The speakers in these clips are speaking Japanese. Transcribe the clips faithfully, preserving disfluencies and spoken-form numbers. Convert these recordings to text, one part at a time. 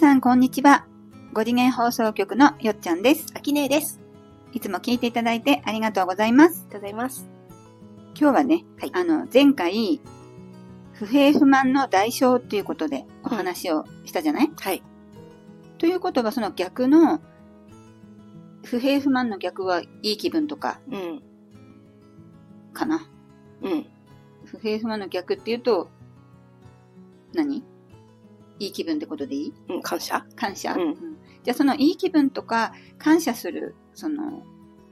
さんこんにちは。ご次元放送局のよっちゃんです。 あきねえです。 いつも聞いていただいてありがとうございます。 ありがとうございます。 今日はね、はい、あの前回不平不満の代償っていうことでお話をしたじゃない？ うん、はい。 ということはその逆の不平不満の逆はいい気分とか、うん、かな。 うん。 不平不満の逆っていうと何？いい気分ってことでいい？ うん、感謝感謝、 うんうん、 じゃあそのいい気分とか感謝するその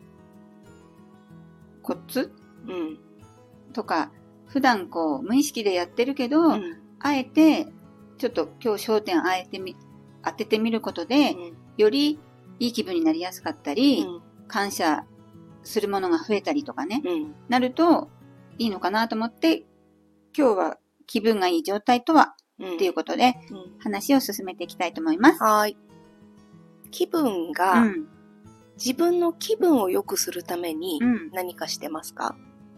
コツ、うん、とか普段こう無意識でやってるけど、うん、あえてちょっと今日焦点あえてみ当ててみることで、うん、よりいい気分になりやすかったり、うん、感謝するものが増えたりとかね、うん、なるといいのかなと思って今日は気分がいい状態とはっていうことで、うん、話を進めていきたいと思います。 はい。気分が、うん、自分の気分を良くするために何かしてますか？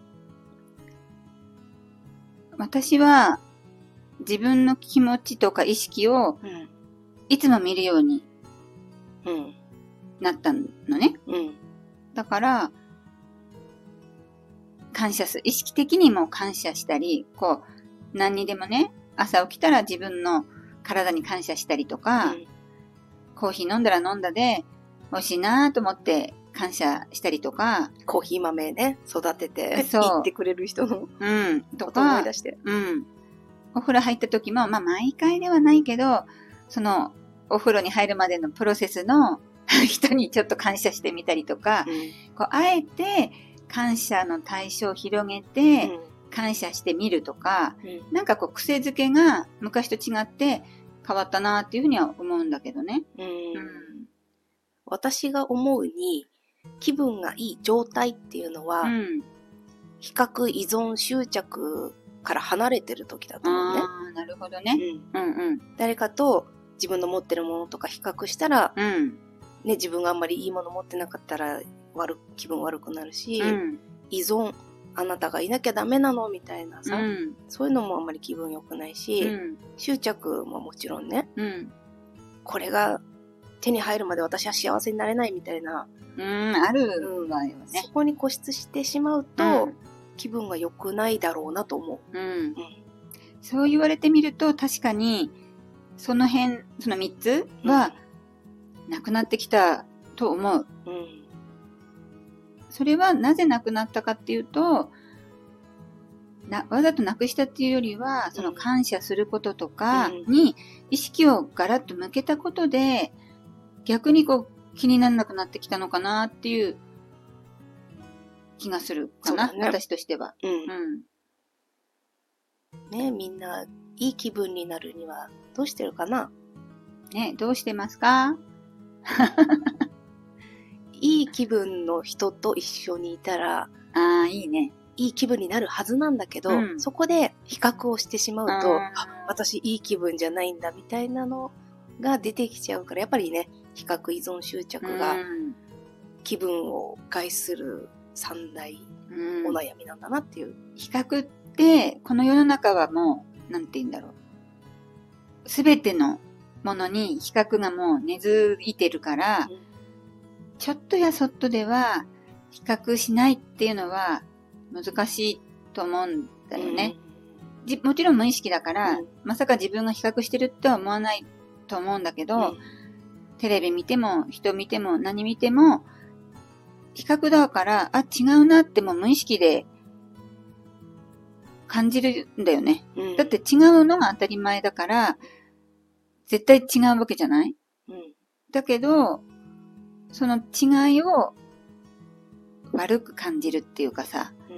うん、私は自分の気持ちとか意識をいつも見るようになったのね。うん、だから感謝する。意識的にも感謝したり、こう何にでもね、朝起きたら自分の体に感謝したりとか、うん、コーヒー飲んだら飲んだで美味しいなと思って感謝したりとか、 コーヒー豆ね、育てて言ってくれる人の、 うん、とか、 思い出して、 うん、お風呂入った時も、まあ毎回ではないけど、そのお風呂に入るまでのプロセスの人にちょっと感謝してみたりとか、うん、こうあえて感謝の対象を広げて、うん、感謝してみるとか、うん、なんかこう癖づけが昔と違って変わったなっていうふうには思うんだけどね。うんうん、 私が思うに気分がいい状態っていうのは、うん、比較依存執着から離れてる時だと思うね。 あー、なるほどね、うんうんうん。 誰かと自分の持ってるものとか比較したら、うんね、自分があんまりいいもの持ってなかったら悪気分悪くなるし、うん、依存あなたがいなきゃダメなのみたいなさ、うん、そういうのもあんまり気分良くないし、うん、執着ももちろんね、うん、これが手に入るまで私は幸せになれないみたいな、 うん、あるわよね、 そこに固執してしまうと、うん、気分が良くないだろうなと思う、うんうん、 そう言われてみると確かにその辺そのみっつはなくなってきたと思う、うん、それはなぜなくなったかっていうと、なわざとなくしたっていうよりは、その感謝することとかに意識をガラッと向けたことで、逆にこう気にならなくなってきたのかなっていう気がするかな、ね、私としては。うんうん、ね、みんないい気分になるにはどうしてるかな？ ね、どうしてますか？ いい気分の人と一緒にいたら、 ああ、いいね。 いい気分になるはずなんだけど、うん、そこで比較をしてしまうと、あ、私いい気分じゃないんだみたいなのが出てきちゃうから、やっぱりね、比較依存執着が気分を害する三大お悩みなんだなっていう。 比較って、この世の中はもう、なんて言うんだろう。すべてのものに比較がもう根付いてるから、うん、ちょっとやそっとでは比較しないっていうのは難しいと思うんだよね。うん、じもちろん無意識だから、うん、まさか自分が比較してるっては思わないと思うんだけど、うん、テレビ見ても人見ても何見ても比較だから、あ、違うなっても無意識で感じるんだよね。うん、だって違うのが当たり前だから、絶対違うわけじゃない？うん、だけど、その違いを悪く感じるっていうかさ、うん、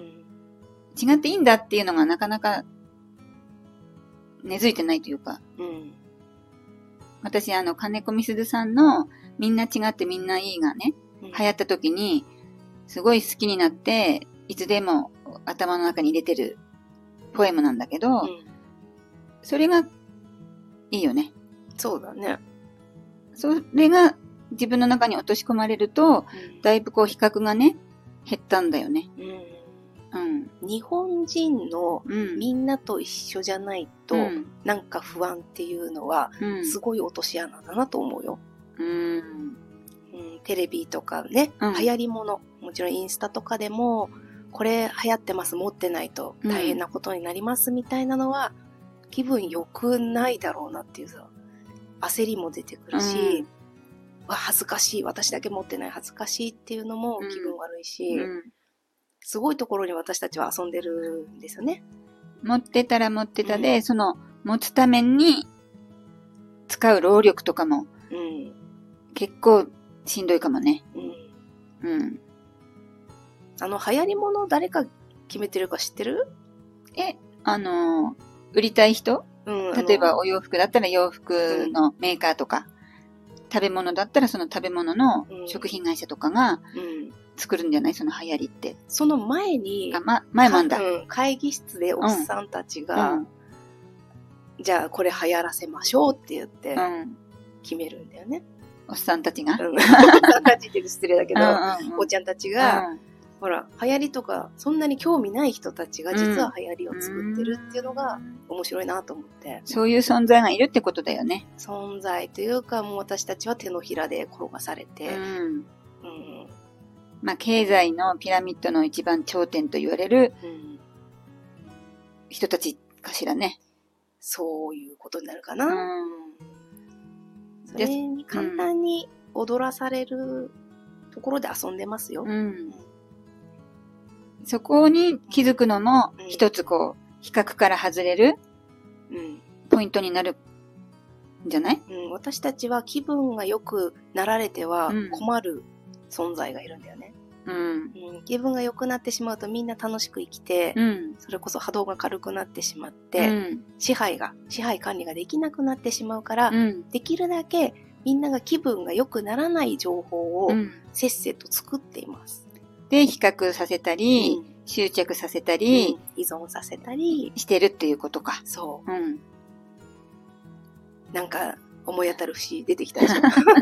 違っていいんだっていうのがなかなか根付いてないというか、うん、私あの金子みすずさんのみんな違ってみんないいがね、うん、流行った時にすごい好きになっていつでも頭の中に入れてるポエムなんだけど、うん、それがいいよね。 そうだね。 それが自分の中に落とし込まれると、うん、だいぶこう比較がね減ったんだよね。 うん、日本人のみんなと一緒じゃないと、うん、なんか不安っていうのは、すごい落とし穴だなと思うよ。うんうん、テレビとかね、うん、流行り物、もちろんインスタとかでも、これ流行ってます、持ってないと大変なことになりますみたいなのは、うん、気分良くないだろうなっていうさ、焦りも出てくるし、うん、わ、恥ずかしい、私だけ持ってない恥ずかしいっていうのも気分悪いし、うんうん、すごいところに私たちは遊んでるんですよね。 持ってたら持ってたで、うん、その持つために使う労力とかも、うん、結構しんどいかもね。うん。うん。 あの流行り物誰か決めてるか知ってる？ え、あの売りたい人？うん、例えばお洋服だったら洋服のメーカーとか、うん、食べ物だったらその食べ物の食品会社とかが作るんじゃない？その流行りって。 その前に、 あ、ま、前もあんだ。 うん、会議室でおっさんたちが、うん、じゃあこれ流行らせましょうって言って決めるんだよね。 おっさんたちが、うん、 おっさんたちって失礼だけど、うんうんうん、おっちゃんたちが、うん、ほら、流行りとか、そんなに興味ない人たちが実は流行りを作ってるっていうのが面白いなと思って。 そういう存在がいるってことだよね。 存在というか、もう私たちは手のひらで転がされて。うんうん、 まあ、経済のピラミッドの一番頂点と言われる人たちかしらね。 そういうことになるかな。うん、それに簡単に踊らされるところで遊んでますよ。うんそこに気づくのも一つこう、比較から外れるポイントになるんじゃない？ うん、私たちは気分が良くなられては困る存在がいるんだよね。うんうん、気分が良くなってしまうとみんな楽しく生きて、うん、それこそ波動が軽くなってしまって、うん、支配が、支配管理ができなくなってしまうから、うん、できるだけみんなが気分が良くならない情報をせっせと作っています。 で、比較させたり、うん、執着させたり、 うん、依存させたりしてるっていうことか。 そう。うん。なんか、思い当たる節出てきたでしょ。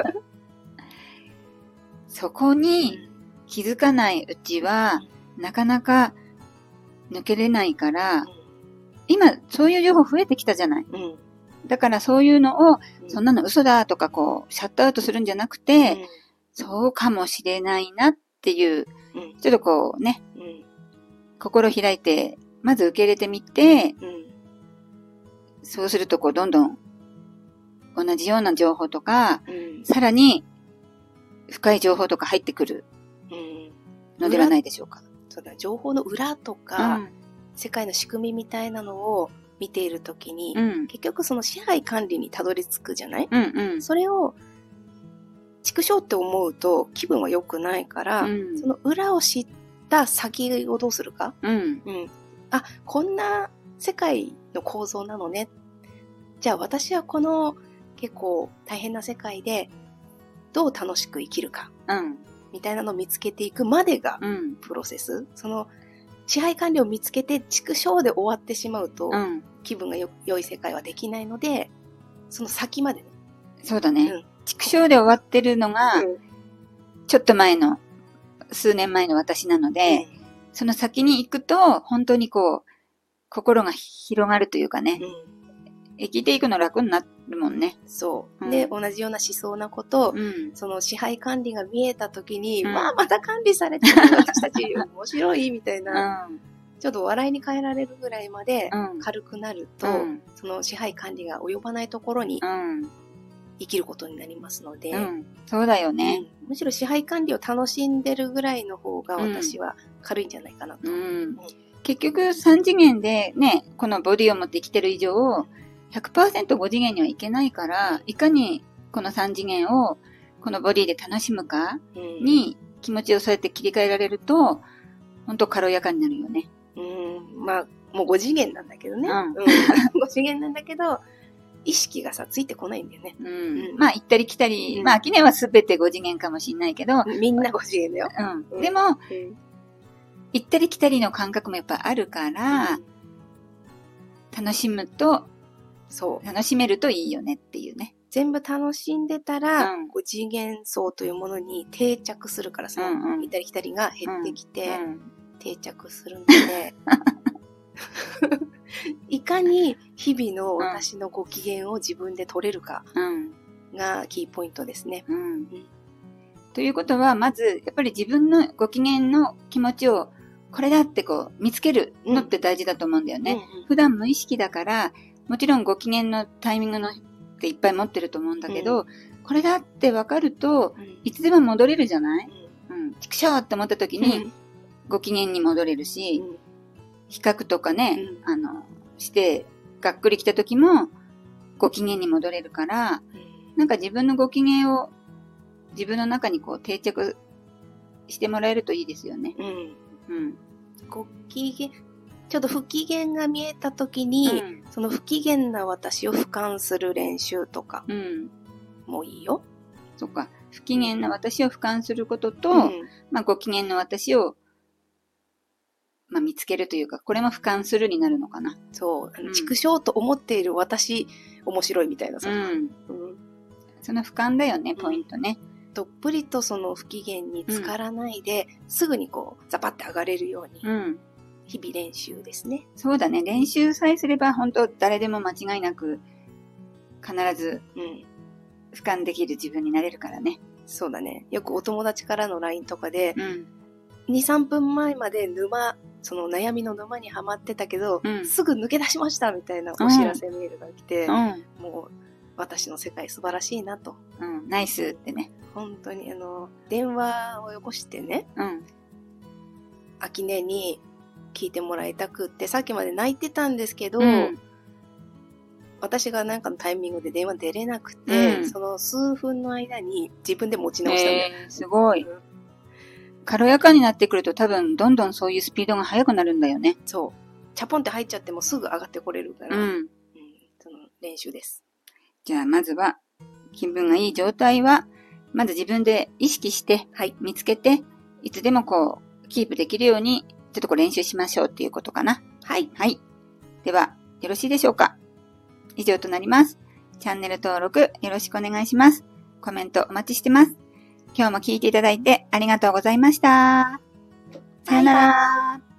そこに気づかないうちは、うん、なかなか抜けれないから、うん、今、そういう情報増えてきたじゃない。うん、だからそういうのを、うん、そんなの嘘だとかこう、シャットアウトするんじゃなくて、うん、そうかもしれないなっていう、うん、ちょっとこうね、うん、心開いて、まず受け入れてみて、うん、そうするとこうどんどん同じような情報とか、うん、さらに深い情報とか入ってくるのではないでしょうか。 そうだ、情報の裏とか、うん、世界の仕組みみたいなのを見ているときに、うん、結局その支配管理にたどり着くじゃない、うんうん、それを畜生って思うと気分は良くないから、うん、その裏を知った先をどうするか、うんうん、あ、こんな世界の構造なのね。じゃあ私はこの結構大変な世界でどう楽しく生きるか、うん、みたいなのを見つけていくまでがプロセス、うん、その支配管理を見つけて畜生で終わってしまうと、うん、気分がよ良い世界はできないので、その先までね。 そうだね。うん畜生で終わってるのが、うん、ちょっと前の、数年前の私なので、うん、その先に行くと、本当にこう、心が広がるというかね、うん、生きていくの楽になるもんね。 そう。うん、で、同じような思想なこと、うん、その支配管理が見えたときに、うん、わあ、また管理されてる私たち面白いみたいな、うん、ちょっと笑いに変えられるぐらいまで軽くなると、うん、その支配管理が及ばないところに、うん生きることになりますので、うん、 そうだよね、 うん、むしろ支配管理を楽しんでるぐらいの方が私は軽いんじゃないかなと、うんうん、 結局さん次元でねこのボディを持って生きてる以上 ひゃくパーセントご次元にはいけないからいかにこのさん次元をこのボディで楽しむかに気持ちをそうやって切り替えられると本当軽やかになるよね。 うん、まあもうご次元なんだけどね、うんうん、ご次元なんだけど意識がさ、ついてこないんだよね。うん。 うん、まあ、行ったり来たり、うん、まあ、秋音はすべてご次元かもしんないけど。 みんなご次元だよ。 うん。でも、うん、行ったり来たりの感覚もやっぱあるから、うん、楽しむと、そう。楽しめるといいよねっていうね。 全部楽しんでたら、うん、ご次元層というものに定着するからさ、うんうん、行ったり来たりが減ってきて、うんうん、 定着するので、いかに日々の私のご機嫌を自分で取れるかがキーポイントですね。うんうん、 ということは、まず、やっぱり自分のご機嫌の気持ちを、これだってこう、見つけるのって大事だと思うんだよね。うんうん、普段無意識だから、もちろんご機嫌のタイミングのっていっぱい持ってると思うんだけど、うん、これだって分かると、いつでも戻れるじゃない？うん。ちくしょうって思った時に、ご機嫌に戻れるし、うん、比較とかね、うん、あの、して、がっくり来た時も、ご機嫌に戻れるから、うん、なんか自分のご機嫌を、自分の中にこう定着してもらえるといいですよね。うん。 うん。ご機嫌、ちょっと不機嫌が見えた時に、うん、その不機嫌な私を俯瞰する練習とか、うん、もういいよ。 そっか。不機嫌な私を俯瞰することと、うん、まあご機嫌な私を、まあ見つけるというか、これも俯瞰するになるのかな。 そう。あの、畜生と思っている私、面白いみたいなさ。うん。うん、 その俯瞰だよね、ポイントね。 どっぷりとその不機嫌に浸からないで、うん、すぐにこう、ザパって上がれるように。うん。日々練習ですね。 そうだね。練習さえすれば、本当誰でも間違いなく、必ず、うん。俯瞰できる自分になれるからね。 そうだね。よくお友達からの ライン とかで、うん、に、さんぷんまえまで沼、その悩みの沼にはまってたけど、うん、すぐ抜け出しましたみたいなお知らせメールが来て、うん、もう私の世界素晴らしいなと。 うん、ナイスってね。 本当にあの、電話をよこしてね、うん、秋音に聞いてもらいたくって、さっきまで泣いてたんですけど、うん、私がなんかのタイミングで電話出れなくて、うん、その数分の間に自分で持ち直したんだよ。 えー、すごい。軽やかになってくると多分どんどんそういうスピードが速くなるんだよね。 そう。チャポンって入っちゃってもすぐ上がってこれるから、うんうん、その練習です。 じゃあまずは気分がいい状態はまず自分で意識して見つけて、はい、いつでもこうキープできるようにちょっとこう練習しましょうっていうことかな。 はい。 はい。ではよろしいでしょうか。以上となります。チャンネル登録よろしくお願いします。コメントお待ちしてます。今日も聞いていただいてありがとうございました。さよなら。